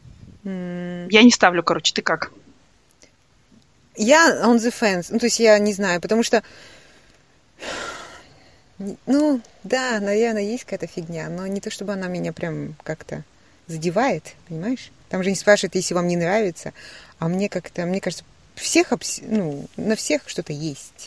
A: Я не ставлю, короче, ты как?
B: Я on the fence, ну, то есть я не знаю, потому что, ну, да, наверное, есть какая-то фигня, но не то, чтобы она меня прям как-то задевает, понимаешь? Там же не спрашивают, если вам не нравится, а мне как-то, мне кажется, ну, на всех что-то есть.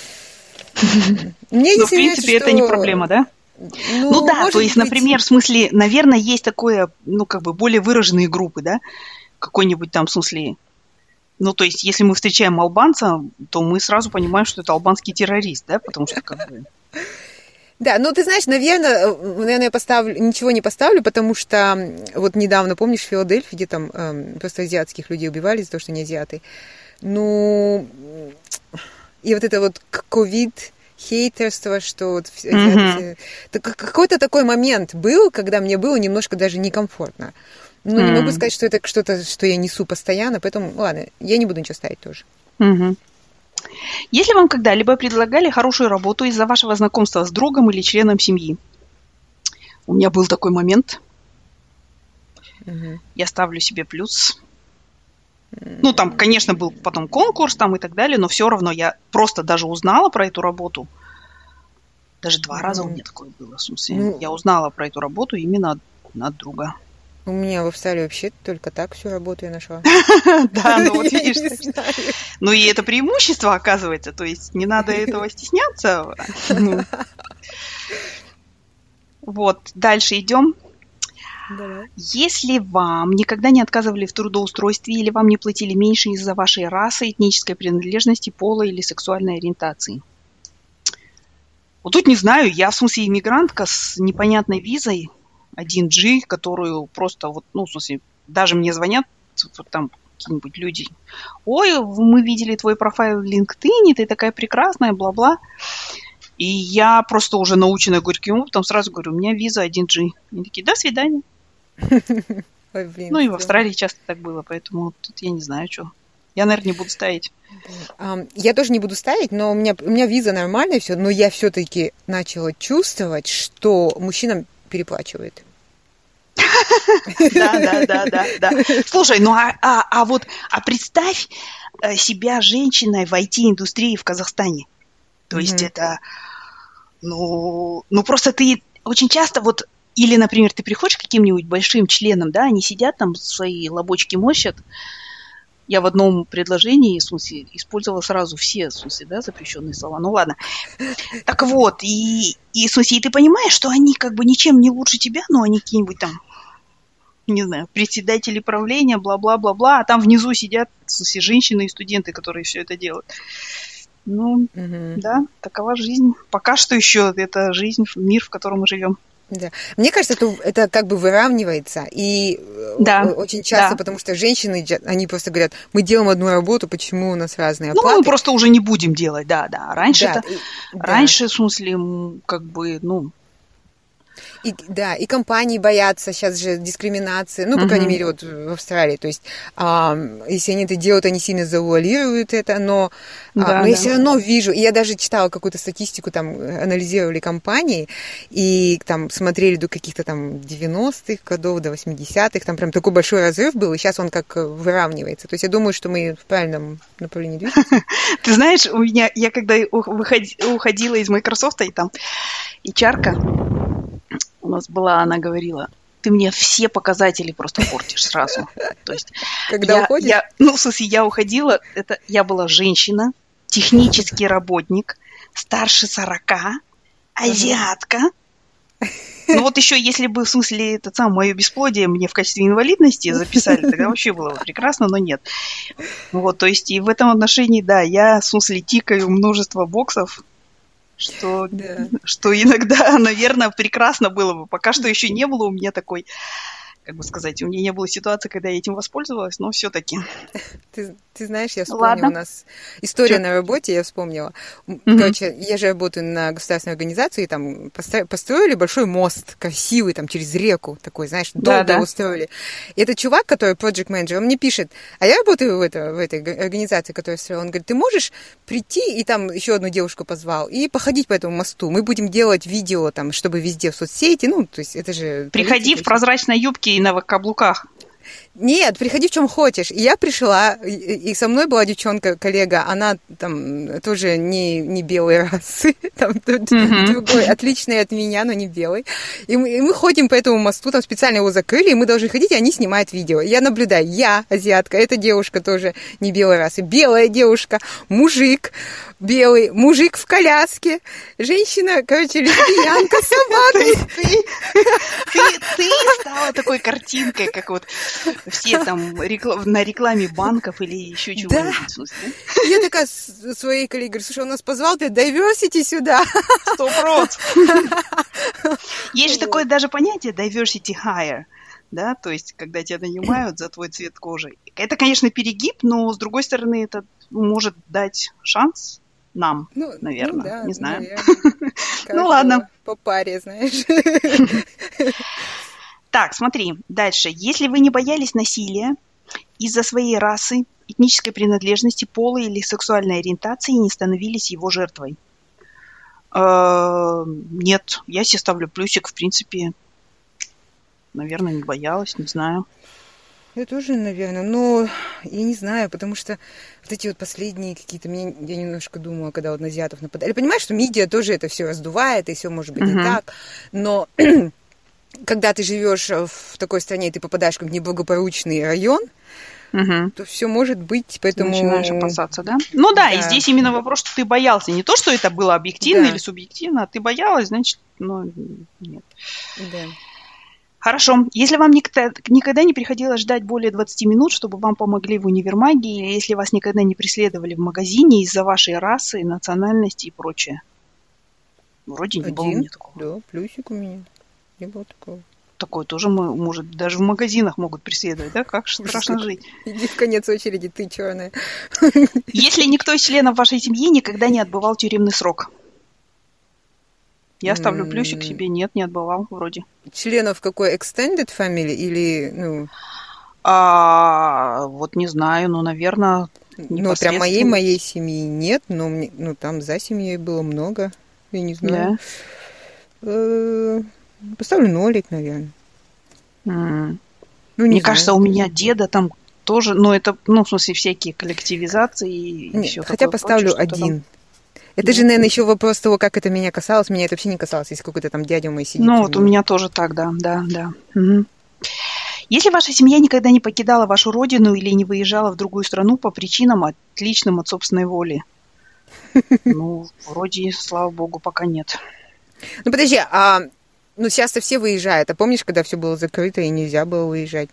A: Ну, в принципе, это не проблема, да? Ну да, то есть, например, в смысле, наверное, есть такое, ну, как бы более выраженные группы, да? Какой-нибудь там, в смысле... Ну, то есть, если мы встречаем албанца, то мы сразу понимаем, что это албанский террорист, да? Потому что как бы...
B: Да, ну ты знаешь, наверное, я поставлю, ничего не поставлю, потому что вот недавно, помнишь, в Филадельфии, где там просто азиатских людей убивали из-за того, что они азиаты. Ну, и вот это вот ковид, хейтерство, что вот азиаты... Какой-то такой момент был, когда мне было немножко даже некомфортно. Ну, не могу сказать, что это что-то, что я несу постоянно, поэтому, ладно, я не буду ничего ставить тоже.
A: Если вам когда-либо предлагали хорошую работу из-за вашего знакомства с другом или членом семьи? У меня был такой момент. Я ставлю себе плюс. Ну, там, конечно, был потом конкурс там и так далее, но все равно я просто даже узнала про эту работу. Даже 2 раза у меня такое было, в смысле. Я узнала про эту работу именно от друга.
B: У меня в Австралии вообще только так всю работу я нашла.
A: Да, ну вот видишь. Ну и это преимущество, оказывается, то есть не надо этого стесняться. Вот, дальше идем. Если вам никогда не отказывали в трудоустройстве или вам не платили меньше из-за вашей расы, этнической принадлежности, пола или сексуальной ориентации. Вот тут не знаю, я в смысле иммигрантка с непонятной визой, 1G, которую просто вот, ну, в смысле, даже мне звонят вот там какие-нибудь люди. Ой, мы видели твой профайл в LinkedIn, ты такая прекрасная, бла-бла. И я просто уже научена горьким опытом сразу говорю, у меня виза 1G. Они такие, до свидания.
B: Ой, блин,
A: ну и в Австралии часто так было, поэтому тут я не знаю, что. Я, наверное, не буду ставить.
B: Я тоже не буду ставить, но у меня виза нормальная, все, но я все-таки начала чувствовать, что мужчинам переплачивает.
A: Да. Слушай, ну а представь себя женщиной в IT-индустрии в Казахстане. То есть это, ну просто ты очень часто вот, или, например, ты приходишь к каким-нибудь большим членам, да, они сидят там, свои лобочки морщат. Я в одном предложении, в смысле, использовала сразу все, в смысле, да, запрещенные слова. Ну ладно. Так вот, и в смысле, и ты понимаешь, что они как бы ничем не лучше тебя, но они какие-нибудь там, не знаю, председатели правления, бла-бла-бла-бла, а там внизу сидят, в смысле, женщины и студенты, которые все это делают. Ну, да, такова жизнь. Пока что еще это жизнь, мир, в котором мы живем.
B: Да. Мне кажется, это как бы выравнивается, и очень часто, потому что женщины, они просто говорят, мы делаем одну работу, почему у нас разные оплаты?
A: Ну, мы просто уже не будем делать, да. Раньше, в смысле, как бы, ну...
B: И компании боятся сейчас же дискриминации, ну, по крайней мере, вот в Австралии. То есть, если они это делают, они сильно завуалируют это, но я все равно вижу, и я даже читала какую-то статистику, там, анализировали компании, и там смотрели до каких-то там 90-х годов, до 80-х, там прям такой большой разрыв был, и сейчас он как выравнивается. То есть, я думаю, что мы в правильном направлении движемся.
A: Ты знаешь, я когда уходила из Microsoft, и там HR-ка у нас была, она говорила, ты мне все показатели просто портишь сразу. То есть,
B: когда уходишь?
A: Ну, в смысле, я уходила, я была женщина, технический работник, старше 40, азиатка. Ну вот еще, если бы, в смысле, это самое мое бесплодие мне в качестве инвалидности записали, тогда вообще было бы прекрасно, но нет. Вот, то есть, и в этом отношении, да, я, в смысле, тикаю множество боксов, что иногда, наверное, прекрасно было бы. Пока что еще не было у меня такой, как бы сказать, у меня не было ситуации, когда я этим воспользовалась, но все-таки.
B: Ты знаешь, я вспомнила, у нас история на работе, я вспомнила. Короче, я же работаю на государственной организации, и там построили большой мост, красивый, там, через реку, такой, знаешь, долго устроили. И этот чувак, который project manager, он мне пишет, а я работаю в этой организации, которую строила, он говорит, ты можешь прийти, и там еще одну девушку позвал, и походить по этому мосту, мы будем делать видео, там, чтобы везде в соцсети, ну, то есть это же...
A: Приходи в прозрачной юбке и на каблуках.
B: Нет, приходи в чем хочешь. И я пришла, и со мной была девчонка, коллега, она там тоже не белой расы, там другой, отличный от меня, но не белый. И мы ходим по этому мосту, там специально его закрыли, и мы должны ходить, и они снимают видео. Я наблюдаю, я азиатка, эта девушка тоже не белой расы, белая девушка, мужик белый, мужик в коляске, женщина, короче, лесбиянка с собакой.
A: Ты стала такой картинкой, как вот все там на рекламе банков или еще чего-нибудь.
B: Да. Я такая своей коллеге говорю, слушай, он нас позвал для diversity сюда.
A: 100%. Есть же такое даже понятие diversity hire, да, то есть когда тебя нанимают за твой цвет кожи. Это, конечно, перегиб, но, с другой стороны, это может дать шанс нам, наверное,
B: да,
A: не знаю.
B: Ну ладно. По паре, знаешь.
A: Так, смотри, дальше. Если вы не боялись насилия из-за своей расы, этнической принадлежности, пола или сексуальной ориентации и не становились его жертвой? Нет, я себе ставлю плюсик, в принципе. Наверное, не боялась, не знаю.
B: Я тоже, наверное, но я не знаю, потому что вот эти вот последние какие-то, я немножко думала, когда вот на азиатов нападали. Понимаешь, что медиа тоже это все раздувает, и все может быть не так, но когда ты живешь в такой стране, и ты попадаешь в какой-нибудь неблагополучный район, то все может быть, поэтому...
A: Начинаешь опасаться, да? Ну да, и здесь именно вопрос, что ты боялся. Не то, что это было объективно или субъективно, а ты боялась, значит, нет.
B: Да.
A: Хорошо. Если вам никогда не приходилось ждать более 20 минут, чтобы вам помогли в универмаге, или если вас никогда не преследовали в магазине из-за вашей расы, национальности и прочее? Вроде не было у меня такого.
B: Да, плюсик у меня. Не было такого.
A: Такое тоже, может, даже в магазинах могут преследовать, да? Как страшно жить.
B: Иди в конец очереди, ты черная.
A: Если никто из членов вашей семьи никогда не отбывал тюремный срок? Я ставлю плюсик себе, нет, не отбывал вроде.
B: Членов какой? Extended family или,
A: вот не знаю, наверное,
B: прям моей семьи нет, но там за семьей было много, я не знаю. Да. Поставлю нолик, наверное.
A: Мне кажется, у меня деда там тоже, это, в смысле, всякие коллективизации и все такое.
B: Хотя поставлю прочее, 1. Это же, наверное, еще вопрос того, как это меня касалось. Меня это вообще не касалось, если какой-то там дядя мой сидит.
A: Вот у меня тоже так, да. Угу. Если ваша семья никогда не покидала вашу родину или не выезжала в другую страну по причинам, отличным от собственной воли? Вроде, слава богу, пока нет.
B: Подожди, сейчас-то все выезжают. А помнишь, когда все было закрыто и нельзя было выезжать?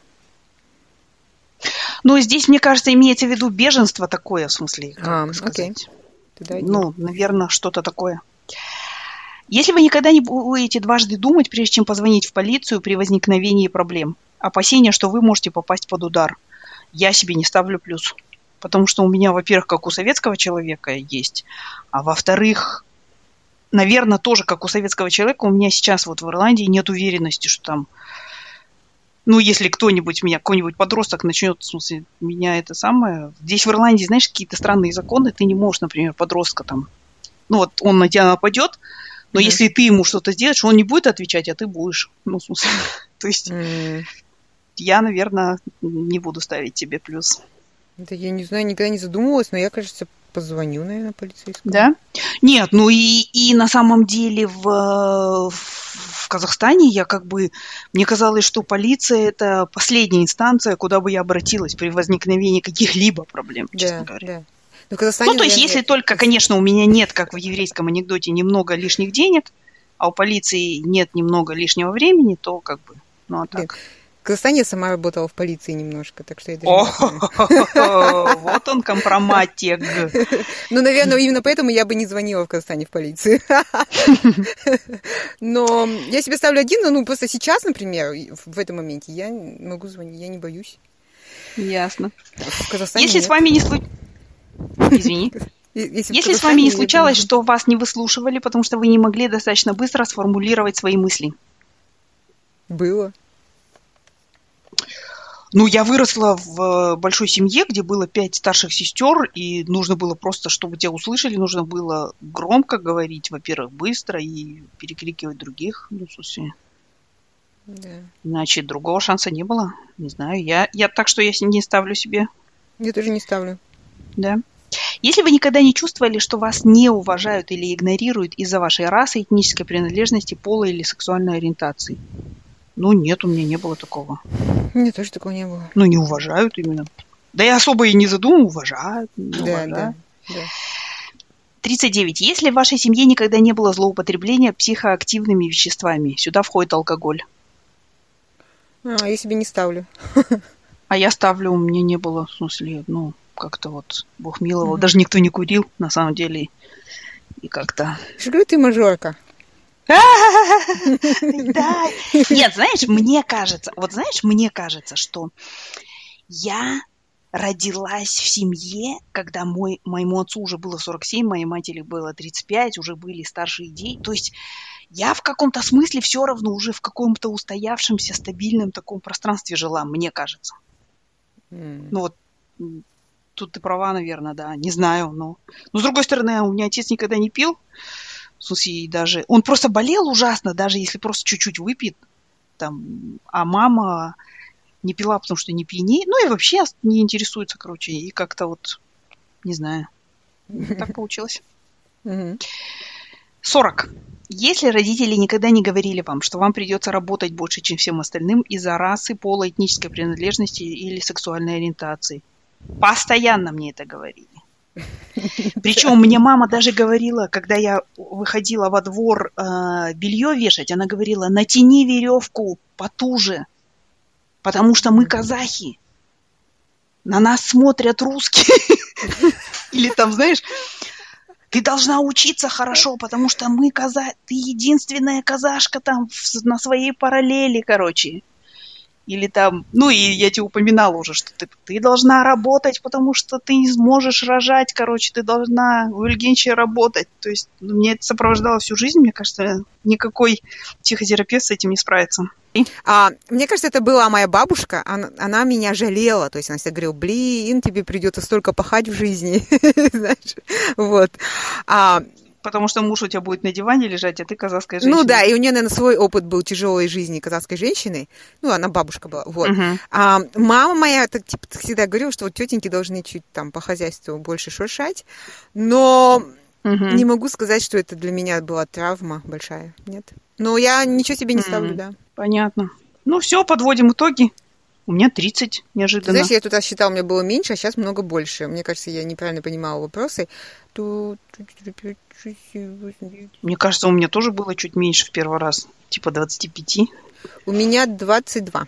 A: Здесь, мне кажется, имеется в виду беженство такое, в смысле, как сказать. Наверное, что-то такое. Если вы никогда не будете дважды думать, прежде чем позвонить в полицию при возникновении проблем, опасения, что вы можете попасть под удар, я себе не ставлю плюс. Потому что у меня, во-первых, как у советского человека есть, а во-вторых, наверное, тоже как у советского человека, у меня сейчас вот в Ирландии нет уверенности, что там, если какой-нибудь подросток начнет, в смысле, меня это самое... Здесь в Ирландии, знаешь, какие-то странные законы, ты не можешь, например, подростка там... он на тебя нападет, но если ты ему что-то сделаешь, он не будет отвечать, а ты будешь. В смысле... То есть я, наверное, не буду ставить тебе плюс.
B: Да я не знаю, никогда не задумывалась, но я, кажется, позвоню, наверное, полицейскому.
A: Да? Нет, и на самом деле в Казахстане мне казалось, что полиция – это последняя инстанция, куда бы я обратилась при возникновении каких-либо проблем, честно говоря.
B: Да. Но в Казахстане,
A: то есть, если только, конечно, у меня нет, как в еврейском анекдоте, немного лишних денег, а у полиции нет немного лишнего времени, то а так.
B: В Казахстане я сама работала в полиции немножко, так что я даже не
A: знаю. Вот он компроматик.
B: Наверное, именно поэтому я бы не звонила в Казахстане в полицию. Но я себе ставлю 1, но просто сейчас, например, в этом моменте я могу звонить, я не боюсь.
A: Ясно.
B: Если
A: с вами не случилось... Извини. Если с вами не случалось, что вас не выслушивали, потому что вы не могли достаточно быстро сформулировать свои мысли?
B: Было.
A: Я выросла в большой семье, где было 5 старших сестер, и нужно было просто, чтобы тебя услышали, нужно было громко говорить, во-первых, быстро и перекрикивать других. В смысле,
B: Да.
A: Значит, другого шанса не было. Не знаю. Я так что я не ставлю себе.
B: Я тоже не ставлю.
A: Да. Если вы никогда не чувствовали, что вас не уважают или игнорируют из-за вашей расы, этнической принадлежности, пола или сексуальной ориентации. Ну, нет, у меня не было такого.
B: У меня тоже такого не было.
A: Ну, не уважают именно. Да я особо и не задумываю, уважают, не уважают.
B: Да.
A: 39. Если в вашей семье никогда не было злоупотребления психоактивными веществами, сюда входит алкоголь.
B: Я себе не ставлю.
A: А я ставлю, у меня не было, в смысле, как-то вот Бог миловал. Даже никто не курил, на самом деле. И как-то...
B: Что говорю, ты мажорка?
A: Да. Нет, знаешь, мне кажется, что я родилась в семье, когда моему отцу уже было 47, моей матери было 35, уже были старшие дети. То есть я в каком-то смысле все равно уже в каком-то устоявшемся, стабильном таком пространстве жила, мне кажется. Ну вот, тут ты права, наверное, да, не знаю, но с другой стороны, у меня отец никогда не пил. В смысле, даже... Он просто болел ужасно, даже если просто чуть-чуть выпьет. Там, а мама не пила, потому что не пьянеет. Ну и вообще не интересуется, короче. И как-то вот, не знаю. Так получилось. 40. Если родители никогда не говорили вам, что вам придется работать больше, чем всем остальным из-за расы, пола, этнической принадлежности или сексуальной ориентации. Постоянно мне это говорили. Причем мне мама даже говорила, когда я выходила во двор белье вешать, она говорила, натяни веревку потуже, потому что мы казахи. На нас смотрят русские. Или там, знаешь, ты должна учиться хорошо, потому что мы ты единственная казашка там на своей параллели, короче. Или там, и я тебе упоминала уже, что ты должна работать, потому что ты не сможешь рожать, короче, ты должна в Ульгенче работать. То есть мне это сопровождало всю жизнь, мне кажется, никакой психотерапевт с этим не справится.
B: Мне кажется, это была моя бабушка, она меня жалела, то есть она всегда говорила, тебе придется столько пахать в жизни, знаешь, вот.
A: Потому что муж у тебя будет на диване лежать, а ты казахская женщина.
B: Ну да, и у нее, наверное, свой опыт был тяжелой жизни казахской женщины. Она бабушка была, вот. Мама моя всегда говорила, что вот тетеньки должны чуть там по хозяйству больше шуршать, но не могу сказать, что это для меня была травма большая, нет. Но я ничего себе не ставлю, да.
A: Понятно. Все, подводим итоги. У меня 30, неожиданно.
B: Ты знаешь, я тут считала, у меня было меньше, а сейчас много больше. Мне кажется, я неправильно понимала вопросы.
A: Мне кажется, у меня тоже было чуть меньше в первый раз. Типа 25.
B: У меня 22.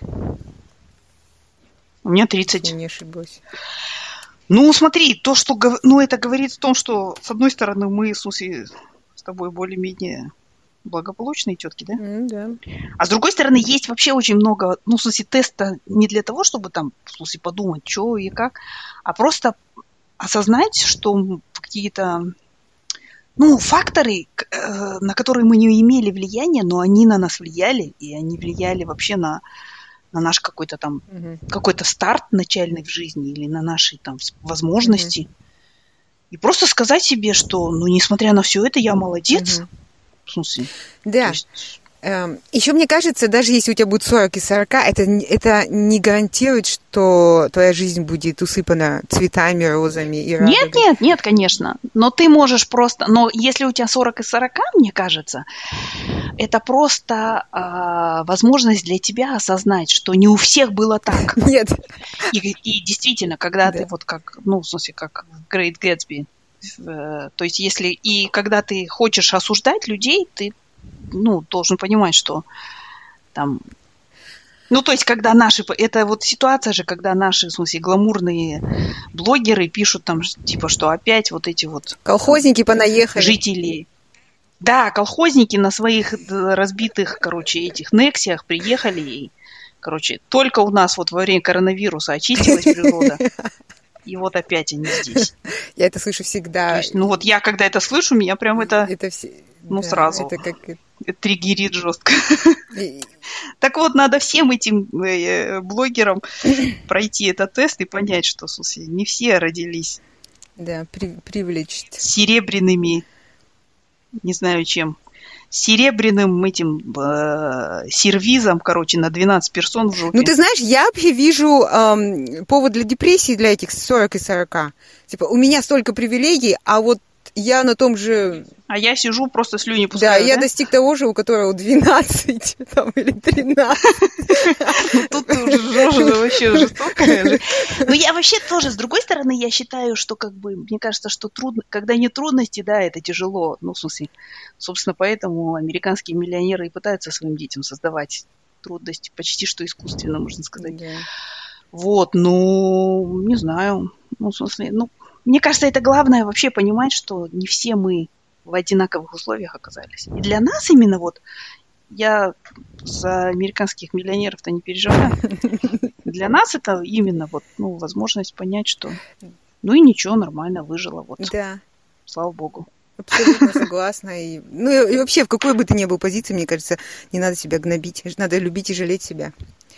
A: У меня 30.
B: Я не ошиблась.
A: Смотри, то, что... это говорит о том, что, с одной стороны, мы, в смысле, с тобой более-менее благополучные тетки, да?
B: Да.
A: А с другой стороны, есть вообще очень много... в смысле, теста не для того, чтобы там, в смысле, подумать, что и как, а просто осознать, что какие-то... факторы, на которые мы не имели влияния, но они на нас влияли, и они влияли вообще на наш какой-то там, какой-то старт начальный в жизни или на наши там возможности. И просто сказать себе, что, несмотря на все это, я молодец. В смысле?
B: Да. Еще мне кажется, даже если у тебя будет 40 и 40, это не гарантирует, что твоя жизнь будет усыпана цветами, розами и радугой.
A: Нет, конечно. Но ты можешь просто... Но если у тебя 40 и 40, мне кажется, это просто возможность для тебя осознать, что не у всех было так.
B: Нет.
A: И действительно, когда ты вот как... в смысле, как в Great Gatsby. То есть если... И когда ты хочешь осуждать людей, ты должен понимать, что там... то есть, когда наши... Это вот ситуация же, когда наши, в смысле, гламурные блогеры пишут там, типа, что опять вот эти вот...
B: Колхозники понаехали.
A: Жители. Да, колхозники на своих разбитых, этих Нексиях приехали и, только у нас вот во время коронавируса очистилась природа. И вот опять они здесь.
B: Я это слышу всегда.
A: То есть, я когда это слышу, меня прям это
B: все...
A: сразу
B: это как...
A: триггерит жестко. Так вот, надо всем этим блогерам пройти этот тест и понять, что, в смысле, не все родились.
B: Да, привлечь.
A: Серебряными, не знаю чем, серебряным этим сервизом, короче, на 12 персон в жопе.
B: Ну, ты знаешь, я вообще вижу повод для депрессии для этих 40 и 40. Типа, у меня столько привилегий, а вот я на том же...
A: А я сижу, просто слюни пускаю,
B: да? Я достиг того же, у которого 12 там, или 13.
A: Ну, тут ты уже вообще жестокая. Но я вообще тоже, с другой стороны, я считаю, что как бы, мне кажется, что трудно, когда нет трудностей, да, это тяжело. Ну, в смысле, собственно, поэтому американские миллионеры и пытаются своим детям создавать трудности почти что искусственно, можно сказать.
B: Да.
A: Вот, ну, не знаю. Ну, в смысле, ну, мне кажется, это главное вообще понимать, что не все мы в одинаковых условиях оказались. И для нас именно вот, я за американских миллионеров-то не переживаю. Для нас это именно вот, ну, возможность понять, что ну и ничего, нормально, выжила, вот.
B: Да.
A: Слава богу.
B: Абсолютно согласна. Ну и вообще, в какой бы ты ни был позиции, мне кажется, не надо себя гнобить. Надо любить и жалеть себя.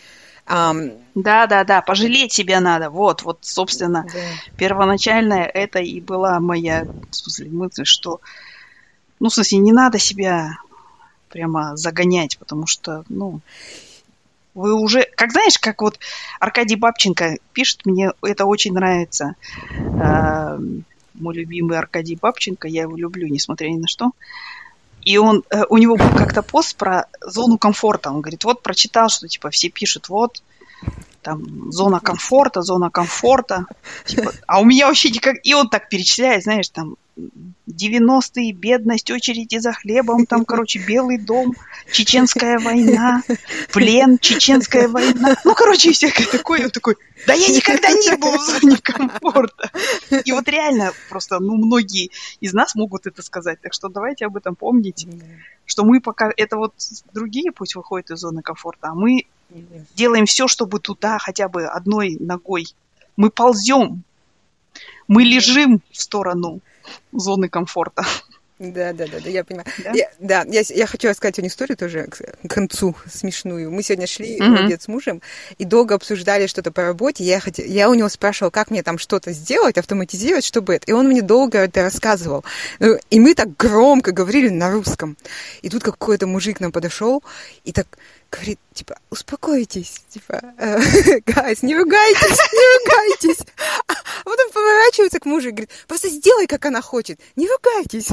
A: Да, пожалеть себя надо. Вот, собственно,
B: да.
A: Первоначальная это и была моя, в смысле, мысль, что, ну, в смысле, не надо себя прямо загонять, потому что, ну, вы уже, как знаешь, как вот Аркадий Бабченко пишет, мне это очень нравится, мой любимый Аркадий Бабченко, я его люблю, несмотря ни на что. И он, у него был как-то пост про зону комфорта. Он говорит, вот прочитал, что типа все пишут, вот, там, зона комфорта. Типа, а у меня вообще никак... И он так перечисляет, знаешь, там, 90-е, бедность, очереди за хлебом, там, короче, Белый дом, Чеченская война, плен, Чеченская война. Ну, короче, всякое такое. Он такой, да я никогда не был в зоне комфорта. И вот реально просто, ну, многие из нас могут это сказать. Так что давайте об этом помнить, что мы пока... Это вот другие пусть выходят из зоны комфорта, а мы делаем все, чтобы туда хотя бы одной ногой. Мы ползем, мы лежим в сторону зоны комфорта.
B: Да, я понимаю. Да? Я хочу рассказать одну историю тоже к концу смешную. Мы сегодня шли в обед с мужем и долго обсуждали что-то по работе. Я у него спрашивала, как мне там что-то сделать, автоматизировать, чтобы это. И он мне долго это рассказывал. И мы так громко говорили на русском. И тут какой-то мужик нам подошел и так говорит, типа, успокойтесь, типа, гайс, не ругайтесь. А потом поворачивается к мужу и говорит, просто сделай, как она хочет, не ругайтесь.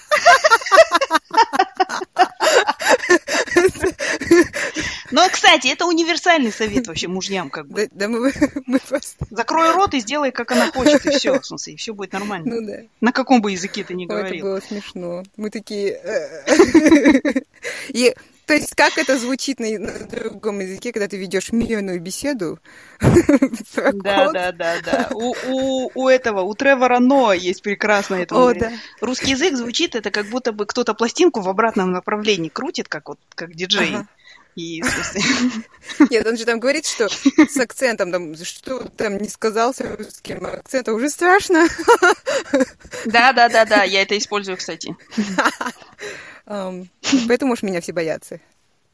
A: Ну, кстати, это универсальный совет вообще мужьям, как бы.
B: Да, мы просто...
A: Закрой рот и сделай, как она хочет, и все, в смысле, и все будет нормально.
B: Ну да.
A: На каком бы языке ты ни говорил.
B: Это было смешно. Мы такие... И, то есть, как это звучит на другом языке, когда ты ведешь мирную беседу?
A: Да. У Тревора Ноа есть прекрасное это. Да. Русский язык звучит, это как будто бы кто-то пластинку в обратном направлении крутит, как диджей. Ага. И, в смысле...
B: Нет, он же там говорит, что с акцентом, там, что там не сказал с русским акцентом, уже страшно.
A: Да, я это использую, кстати.
B: Поэтому уж меня все боятся.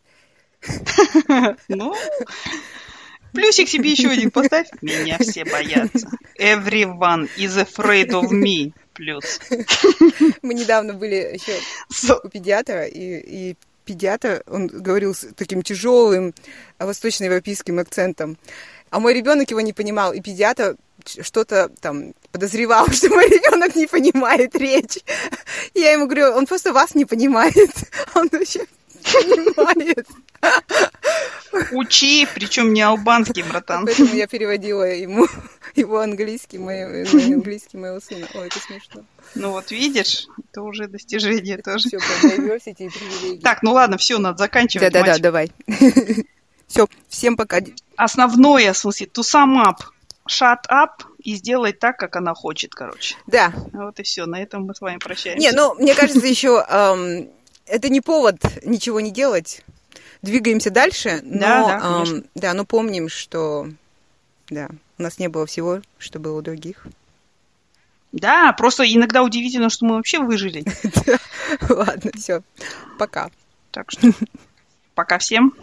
A: Ну, плюсик себе еще один поставь. Меня все боятся. Everyone is afraid of me. Плюс.
B: Мы недавно были еще у педиатра, и педиатр, он говорил с таким тяжелым восточноевропейским акцентом. А мой ребенок его не понимал, и педиатр что-то там подозревал, что мой ребенок не понимает речь. И я ему говорю, он просто вас не понимает. Он вообще понимает.
A: Учи, причем не албанский, братан.
B: Поэтому я переводила ему его английский, английский моего сына. Ой, это смешно.
A: Ну вот видишь, это уже достижение тоже.
B: Все, про diversity и привилегии.
A: Так, ну ладно, все, надо заканчивать.
B: Да, давай. Все, всем пока.
A: Основное, в смысле, to sum up, shut up и сделай так, как она хочет, короче.
B: Да.
A: Вот и все, на этом мы с вами прощаемся.
B: Не, ну, мне кажется, еще это не повод ничего не делать. Двигаемся дальше, но, но помним, что у нас не было всего, что было у других.
A: Да, просто иногда удивительно, что мы вообще выжили.
B: Ладно, все, пока.
A: Так что пока всем.